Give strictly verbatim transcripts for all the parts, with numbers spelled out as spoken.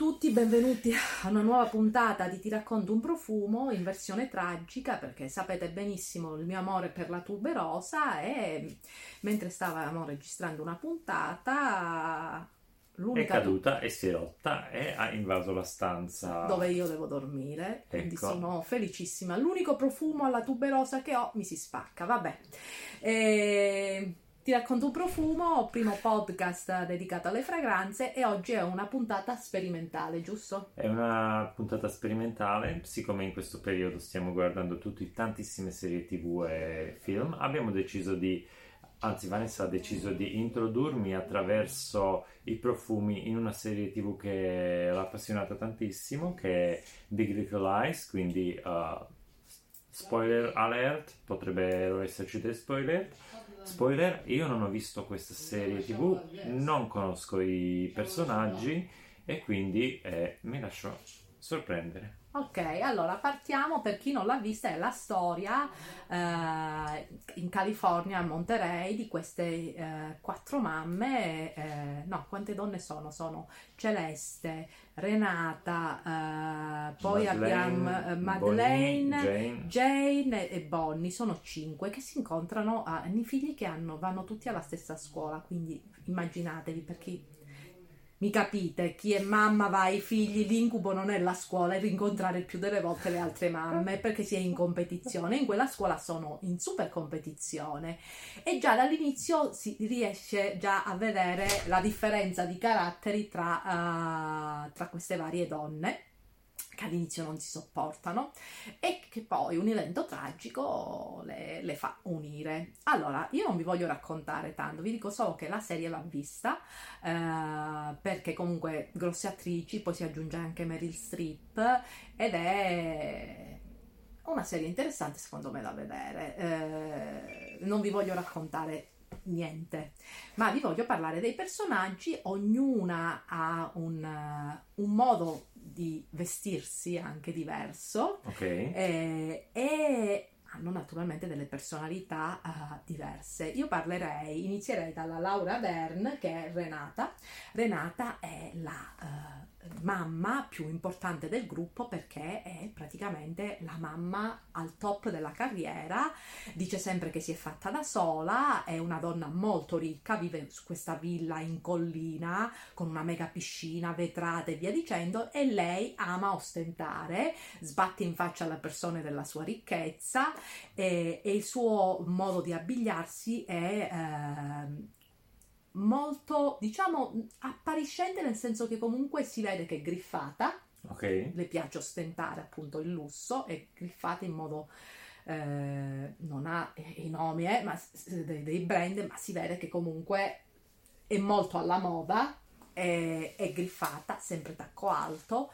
tutti, benvenuti a una nuova puntata di Ti racconto un profumo in versione tragica, perché sapete benissimo il mio amore per la tuberosa e mentre stavamo registrando una puntata l'unica è caduta tu- e si è rotta e ha invaso la stanza dove io devo dormire, quindi ecco. Sono felicissima. L'unico profumo alla tuberosa che ho mi si spacca, vabbè. E... Ti racconto un profumo, primo podcast dedicato alle fragranze, e oggi è una puntata sperimentale, giusto? È una puntata sperimentale, siccome in questo periodo stiamo guardando tutti tantissime serie tv e film, abbiamo deciso di, anzi Vanessa ha deciso di introdurmi attraverso i profumi in una serie tv che l'ha appassionata tantissimo, che è Big Little Lies, quindi uh, spoiler alert, potrebbero esserci dei spoiler. Spoiler, io non ho visto questa serie tv, non conosco i personaggi e quindi eh, mi lascio sorprendere. Ok, allora partiamo. Per chi non l'ha vista, è la storia eh, in California, a Monterey, di queste eh, quattro mamme, eh, no, quante donne sono? Sono Celeste, Renata, eh, poi Madeleine, abbiamo eh, Madeleine, Bonnie, Jane. Jane e Bonnie, sono cinque che si incontrano, a, i figli che hanno, vanno tutti alla stessa scuola, quindi immaginatevi, per chi... Mi capite, chi è mamma va ai figli, l'incubo non è la scuola, è rincontrare il più delle volte le altre mamme, perché si è in competizione. In quella scuola sono in super competizione e già dall'inizio si riesce già a vedere la differenza di caratteri tra, uh, tra queste varie donne, che all'inizio non si sopportano e che poi un evento tragico le, le fa unire. Allora, io non vi voglio raccontare tanto, vi dico solo che la serie va vista eh, perché comunque grosse attrici, poi si aggiunge anche Meryl Streep ed è una serie interessante secondo me da vedere. Eh, non vi voglio raccontare niente, ma vi voglio parlare dei personaggi. Ognuna ha un, uh, un modo di vestirsi anche diverso, Okay. eh, e hanno naturalmente delle personalità uh, diverse. Io parlerei, inizierei dalla Laura Dern, che è Renata. Renata è la uh, mamma più importante del gruppo perché è praticamente la mamma al top della carriera, dice sempre che si è fatta da sola, è una donna molto ricca, vive su questa villa in collina con una mega piscina vetrata e via dicendo, e lei ama ostentare, sbatte in faccia alle persone della sua ricchezza e, e il suo modo di abbigliarsi è eh, molto, diciamo, appariscente, nel senso che comunque si vede che è griffata, Ok. le piace ostentare appunto il lusso, è griffata in modo eh, non ha i nomi eh, ma dei, dei brand, ma si vede che comunque è molto alla moda, è, è griffata, sempre tacco alto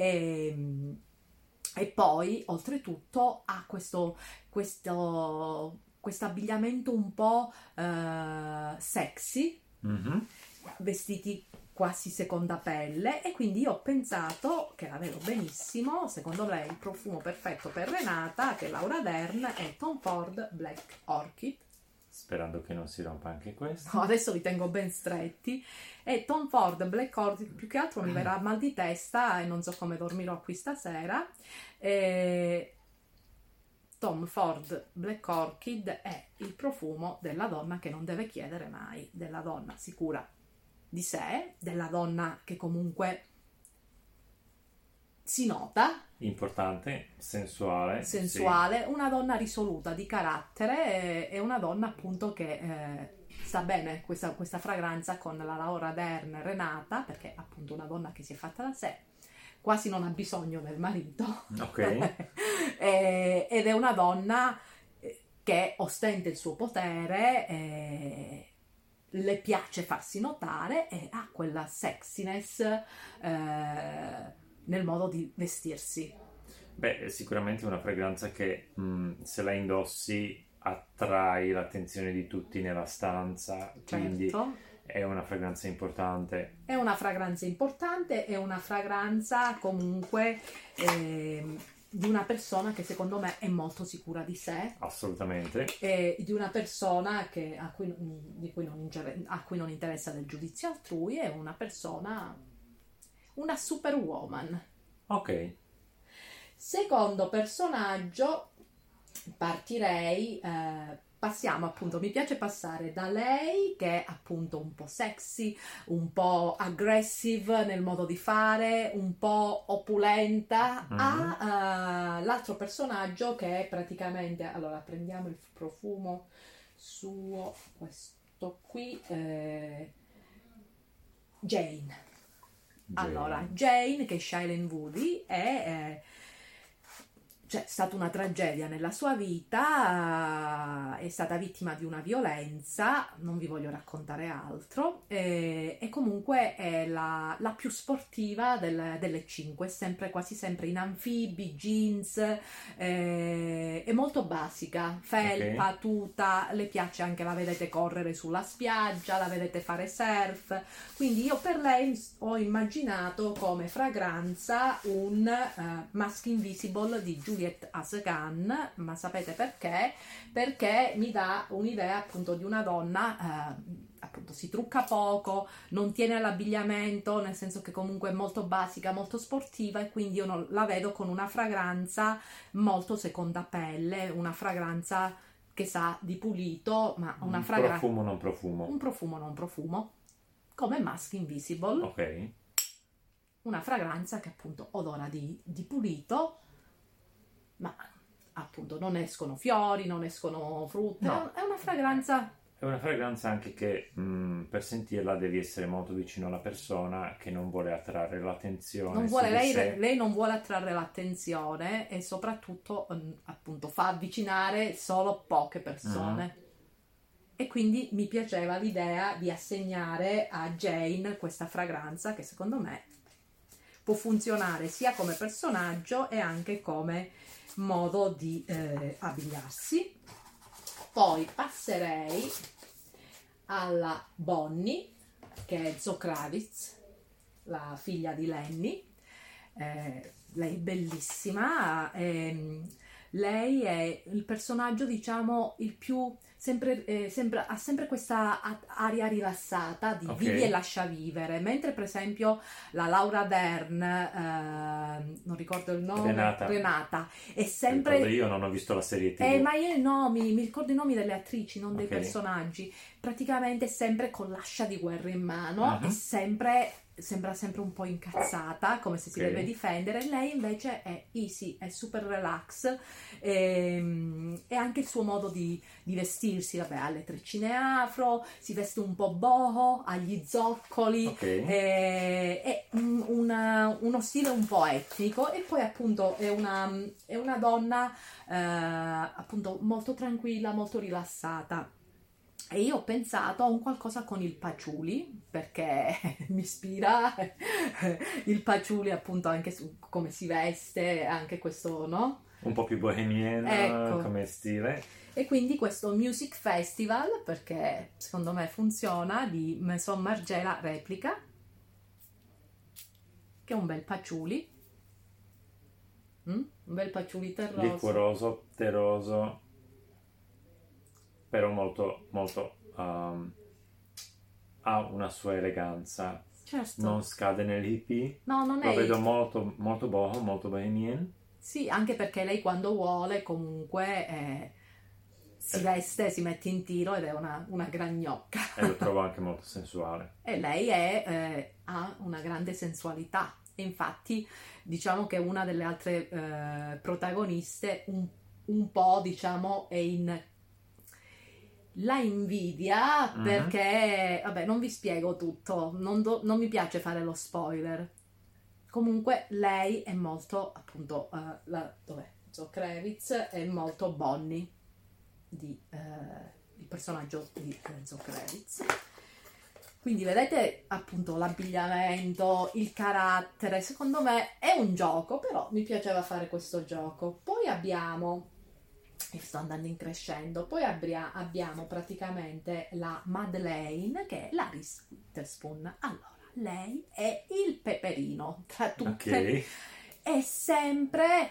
e, e poi oltretutto ha questo questo questo abbigliamento un po' eh, sexy, Mm-hmm. vestiti quasi seconda pelle, e quindi io ho pensato che la vedo benissimo. Secondo lei il profumo perfetto per Renata, che è Laura Dern, è Tom Ford Black Orchid. Sperando che non si rompa anche questo. No, adesso vi tengo ben stretti. E Tom Ford Black Orchid, più che altro mi verrà mal di testa e non so come dormirò qui stasera. E... Tom Ford Black Orchid è il profumo della donna che non deve chiedere mai, della donna sicura di sé, della donna che comunque si nota, Importante, sensuale. sensuale, una donna risoluta di carattere, e una donna appunto che eh, sta bene questa, questa fragranza con la Laura Dern Renata, perché è appunto una donna che si è fatta da sé, quasi non ha bisogno del marito. Ok. e, ed è una donna che ostenta il suo potere, e le piace farsi notare e ha quella sexiness eh, nel modo di vestirsi. Beh, è sicuramente una fragranza che mh, se la indossi attrai l'attenzione di tutti nella stanza, quindi Certo. è una fragranza importante. È una fragranza importante, è una fragranza comunque eh, di una persona che secondo me è molto sicura di sé. Assolutamente. E di una persona che, a, cui, di cui non, a cui non interessa del giudizio altrui, è una persona, una superwoman. Ok. Secondo personaggio partirei, eh, passiamo appunto, mi piace passare da lei che è appunto un po' sexy, un po' aggressive nel modo di fare, un po' opulenta, Mhm. a eh, l'altro personaggio che è praticamente, allora prendiamo il profumo suo, questo qui, eh, Jane. Jane. Allora, Jane, che è Shailene Woodley, è eh, c'è stata una tragedia nella sua vita, eh, è stata vittima di una violenza, non vi voglio raccontare altro, eh, e comunque è la, la più sportiva del- delle cinque, sempre, quasi sempre in anfibi, jeans, eh, è molto basica, felpa, Ok. tuta, le piace anche, la vedete correre sulla spiaggia, la vedete fare surf, quindi io per lei ho immaginato come fragranza un eh, Mask Invisible di Juliette Asgham, ma sapete perché? Perché mi dà un'idea appunto di una donna, eh, appunto si trucca poco, non tiene all'abbigliamento, nel senso che comunque è molto basica, molto sportiva, e quindi io non- la vedo con una fragranza molto seconda pelle, una fragranza che sa di pulito, ma una Un fragranza, profumo non profumo. un profumo non profumo, come Mask Invisible, Ok. una fragranza che appunto odora di, di pulito, ma appunto non escono fiori, non escono frutte, No. è una fragranza, È una fragranza anche che mh, per sentirla devi essere molto vicino alla persona, che non vuole attrarre l'attenzione non su vuole, di lei, sé. lei non vuole attrarre l'attenzione e soprattutto mm, appunto fa avvicinare solo poche persone. E quindi mi piaceva l'idea di assegnare a Jane questa fragranza che secondo me può funzionare sia come personaggio e anche come modo di eh, abbigliarsi. Poi passerei alla Bonnie, che è Zoe Kravitz, la figlia di Lenny. Eh, lei è bellissima, ehm, lei è il personaggio, diciamo, il più sempre, eh, sembra- ha sempre questa a- aria rilassata di Ok. vivi e lascia vivere, mentre per esempio la Laura Dern, ehm, non ricordo il nome, Renata. Renata, è Ricordo, sempre io non ho visto la serie eh, tivù. ma io i nomi, mi ricordo i nomi delle attrici, non dei Ok. personaggi. Praticamente sempre con l'ascia di guerra in mano Mhm. e sempre, sembra sempre un po' incazzata, come se si Ok. deve difendere. Lei invece è easy, è super relax, ehm, e anche il suo modo di, di vestirsi, vabbè, ha le treccine afro, si veste un po' boho, ha gli zoccoli, Ok. eh, è un- una- uno stile un po' etnico, e poi appunto è una, è una donna eh, appunto molto tranquilla, molto rilassata. E io ho pensato a un qualcosa con il patchouli, perché mi ispira il patchouli appunto anche su come si veste, anche questo, no? Un po' più bohemiana Ecco. come stile. E quindi questo Music Festival, perché secondo me funziona, di Maison Margiela Replica, che è un bel patchouli. Mm? Un bel patchouli terroso. Liquoroso, teroso, però molto, molto um, ha una sua eleganza. Certo. Non scade nell'hippie. No, non Lo è vedo molto, molto boho, molto bohemian. Sì, anche perché lei quando vuole comunque eh, si Eh. veste, si mette in tiro ed è una, una gran gnocca. E lo trovo anche molto sensuale. E lei è, eh, ha una grande sensualità. E infatti diciamo che una delle altre eh, protagoniste un, un po' diciamo è in la invidia, Mhm. perché vabbè, non vi spiego tutto, non, do- non mi piace fare lo spoiler. Comunque lei è molto appunto eh, la, dov'è? Zoe Kravitz è molto Bonnie di, eh, il personaggio di eh, Zoe Kravitz. Quindi vedete appunto l'abbigliamento, il carattere, secondo me è un gioco, però mi piaceva fare questo gioco. Poi abbiamo, e sto andando in crescendo, poi abbia- abbiamo praticamente la Madeleine, che è la Reese Witherspoon. Allora, lei è il peperino tra tutte, Ok. è sempre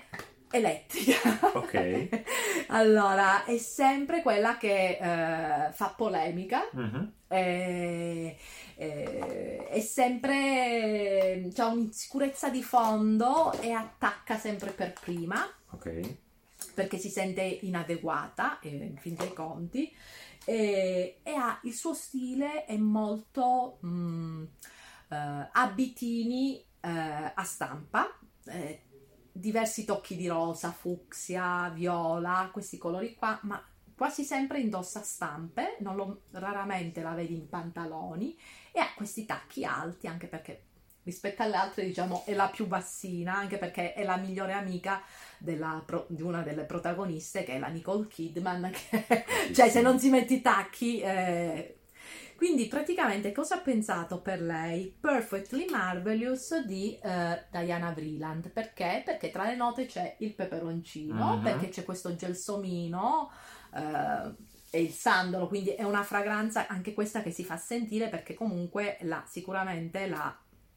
elettrica. Ok. Allora, è sempre quella che eh, fa polemica, mm-hmm. eh, eh, è sempre, c'ha un'insicurezza di fondo e attacca sempre per prima, Ok. perché si sente inadeguata, eh, in fin dei conti, e, e ha il suo stile è molto mh, eh, abitini eh, a stampa, eh, diversi tocchi di rosa, fucsia, viola, questi colori qua, ma quasi sempre indossa stampe, non lo, raramente la vedi in pantaloni, e ha questi tacchi alti, anche perché rispetto alle altre, diciamo, è la più bassina, anche perché è la migliore amica della pro- di una delle protagoniste, che è la Nicole Kidman, che cioè se non si mette i tacchi... Eh... Quindi praticamente cosa ha pensato per lei? Perfectly Marvelous di eh, Diana Vreeland. Perché? Perché tra le note c'è il peperoncino, Mm-hmm. perché c'è questo gelsomino eh, e il sandalo, quindi è una fragranza anche questa che si fa sentire, perché comunque la, sicuramente la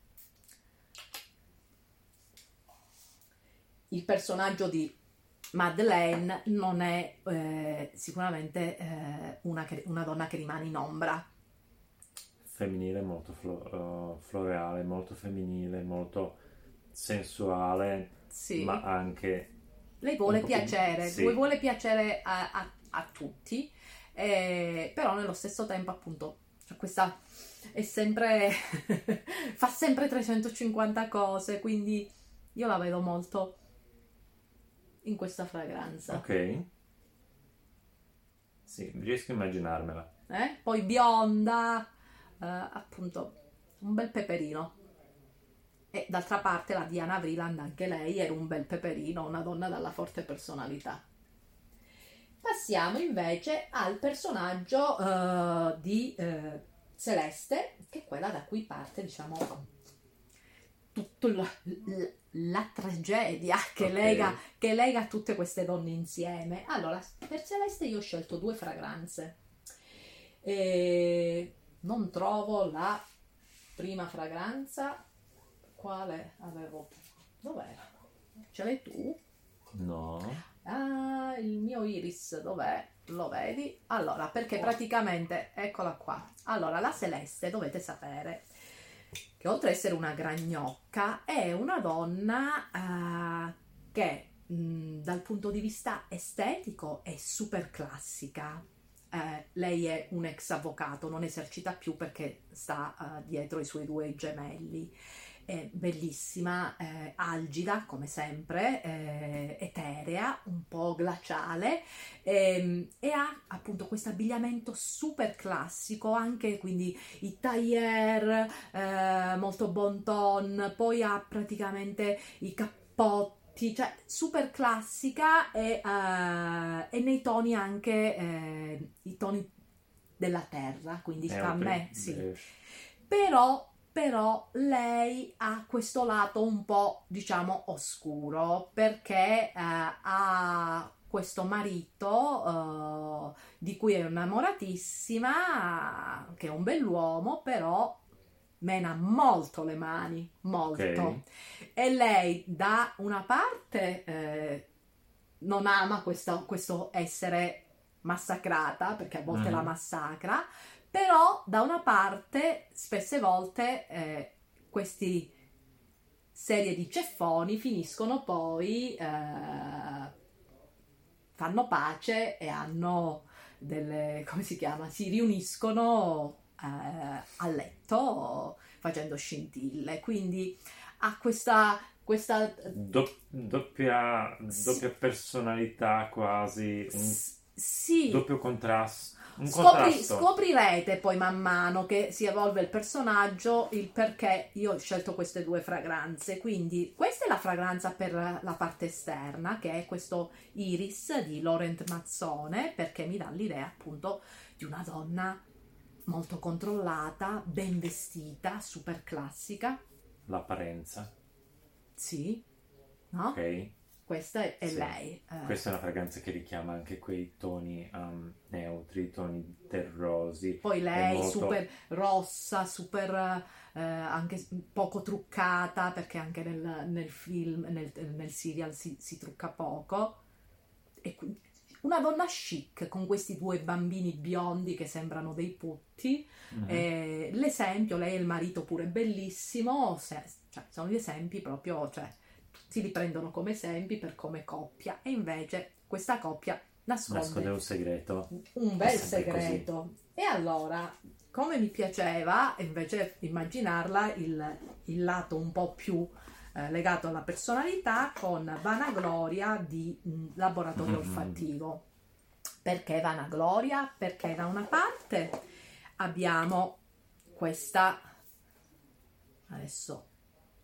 il personaggio di Madeleine non è eh, sicuramente eh, una, che, una donna che rimane in ombra. Femminile, molto flo- uh, floreale, molto femminile, molto sensuale, Sì. ma anche... Lei vuole un piacere, sì. vuole piacere a, a, a tutti, eh, però nello stesso tempo appunto cioè questa è sempre fa sempre trecentocinquanta cose, quindi io la vedo molto in questa fragranza. Ok. Sì, riesco a immaginarmela. Eh? Poi bionda, eh, appunto, un bel peperino. E d'altra parte la Diana Vreeland, anche lei era un bel peperino, una donna dalla forte personalità. Passiamo invece al personaggio eh, di eh, Celeste, che è quella da cui parte, diciamo, tutta la, la tragedia che, Ok. lega, che lega tutte queste donne insieme. Allora, per Celeste io ho scelto due fragranze. E non trovo la prima fragranza. Quale avevo? Dov'era? Ce l'hai tu? No. Ah, il mio iris dov'è? Lo vedi? Allora, perché praticamente, eccola qua. Allora, la Celeste, dovete sapere che oltre ad essere una gragnocca, è una donna uh, che mh, dal punto di vista estetico è super classica. Eh, lei è un ex avvocato, non esercita più perché sta uh, dietro i suoi due gemelli. È bellissima, eh, algida come sempre, eh, eterea, un po' glaciale, ehm, e ha appunto questo abbigliamento super classico, anche quindi i tailleur, eh, molto bon ton, poi ha praticamente i cappotti, cioè super classica, e, eh, e nei toni anche eh, i toni della terra, quindi Eh, a ok. me sì. Eh, Però però lei ha questo lato un po', diciamo, oscuro, perché eh, ha questo marito eh, di cui è innamoratissima, che è un bell'uomo, però mena molto le mani, molto. Ok. E lei da una parte eh, non ama questo, questo essere massacrata, perché a volte Mhm. la massacra, però da una parte spesse volte eh, questi serie di ceffoni finiscono poi eh, fanno pace e hanno delle, come si chiama, si riuniscono eh, a letto facendo scintille, quindi ha questa questa Do- doppia, doppia personalità quasi, un S- sì, doppio contrasto. Un Scopri- contrasto. scoprirete poi man mano che si evolve il personaggio il perché io ho scelto queste due fragranze. Quindi questa è la fragranza per la parte esterna, che è questo Iris di Laurent Mazzone, perché mi dà l'idea appunto di una donna molto controllata, ben vestita, super classica. L'apparenza. Sì, no? Ok. questa è, è Sì. lei. Eh, Questa è una fragranza che richiama anche quei toni um, neutri, toni terrosi. Poi È lei molto- super rossa, super eh, anche poco truccata, perché anche nel, nel film, nel, nel serial si, si trucca poco. E quindi una donna chic con questi due bambini biondi che sembrano dei putti. Mhm. Eh, l'esempio, lei e il marito pure bellissimo, se- cioè, sono gli esempi proprio, cioè, tutti li prendono come esempi per come coppia, e invece questa coppia nasconde, Nasconde un segreto. un bel È sempre così. segreto. E allora, come mi piaceva invece immaginarla il, il lato un po' più eh, legato alla personalità, con Vanagloria di mm, Laboratorio Mhm. Olfattivo. Perché Vanagloria? Perché da una parte abbiamo questa, adesso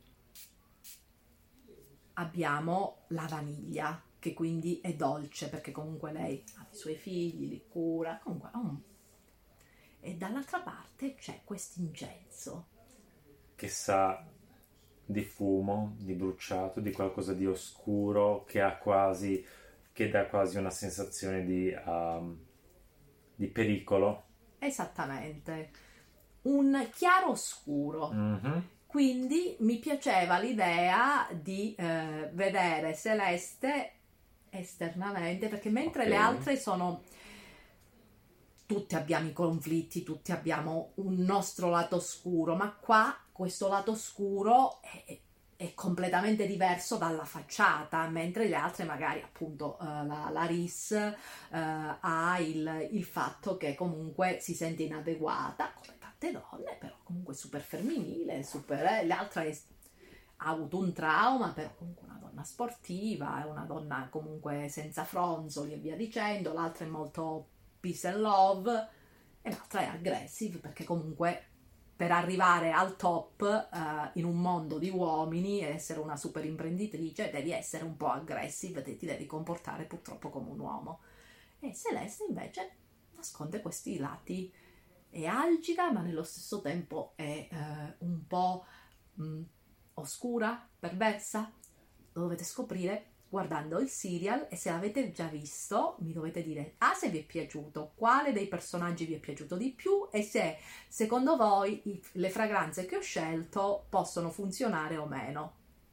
abbiamo la vaniglia, che quindi è dolce, perché comunque lei ha i suoi figli, li cura, comunque ha un... E dall'altra parte c'è quest'incenso. Che sa di fumo, di bruciato, di qualcosa di oscuro, che ha quasi, che dà quasi una sensazione di, um, di pericolo. Esattamente, un chiaro scuro. Mhm. Quindi mi piaceva l'idea di eh, vedere Celeste esternamente, perché mentre Ok. le altre sono... Tutti abbiamo i conflitti, tutti abbiamo un nostro lato scuro, ma qua questo lato scuro è, è completamente diverso dalla facciata, mentre le altre magari appunto eh, la, la Rhys eh, ha il, il fatto che comunque si sente inadeguata, come tante donne, però comunque super femminile, super, eh, l'altra è, ha avuto un trauma, però comunque una donna sportiva, è una donna comunque senza fronzoli e via dicendo, l'altra è molto peace and love, e l'altra è aggressive, perché comunque per arrivare al top eh, in un mondo di uomini e essere una super imprenditrice devi essere un po' aggressive, te ti devi comportare purtroppo come un uomo. E Celeste invece nasconde questi lati, è algida ma nello stesso tempo è eh, un po' mh, oscura, perversa. Lo dovete scoprire guardando il serial, e se l'avete già visto mi dovete dire ah, se vi è piaciuto, quale dei personaggi vi è piaciuto di più, e se secondo voi i- le fragranze che ho scelto possono funzionare o meno.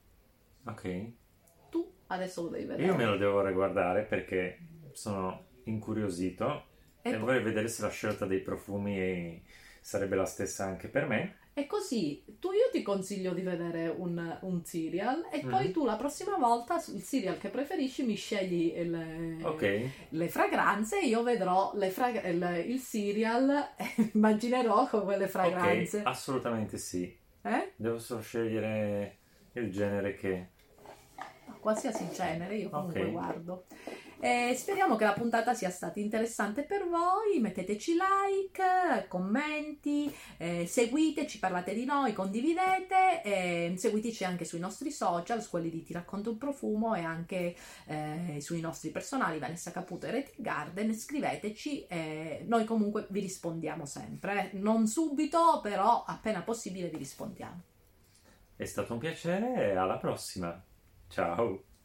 Ok. Tu adesso lo devi vedere. Io me lo devo riguardare perché sono incuriosito E e po- vorrei vedere se la scelta dei profumi sarebbe la stessa anche per me. E così tu, io ti consiglio di vedere un, un serial, e poi Mhm. tu la prossima volta il serial che preferisci mi scegli le, Ok. le fragranze, io vedrò le frag- il, il serial e immaginerò con quelle fragranze. Ok, assolutamente sì. Eh? Devo solo scegliere il genere che... Qualsiasi genere, io comunque Ok. guardo. E speriamo che la puntata sia stata interessante per voi. Metteteci like, commenti, eh, seguiteci, parlate di noi, condividete, e seguiteci anche sui nostri social, quelli di Ti racconto un profumo, e anche eh, sui nostri personali Vanessa Caputo e Rating Garden. Scriveteci, e noi comunque vi rispondiamo sempre, eh. Non subito, però appena possibile vi rispondiamo. È stato un piacere e alla prossima. Ciao.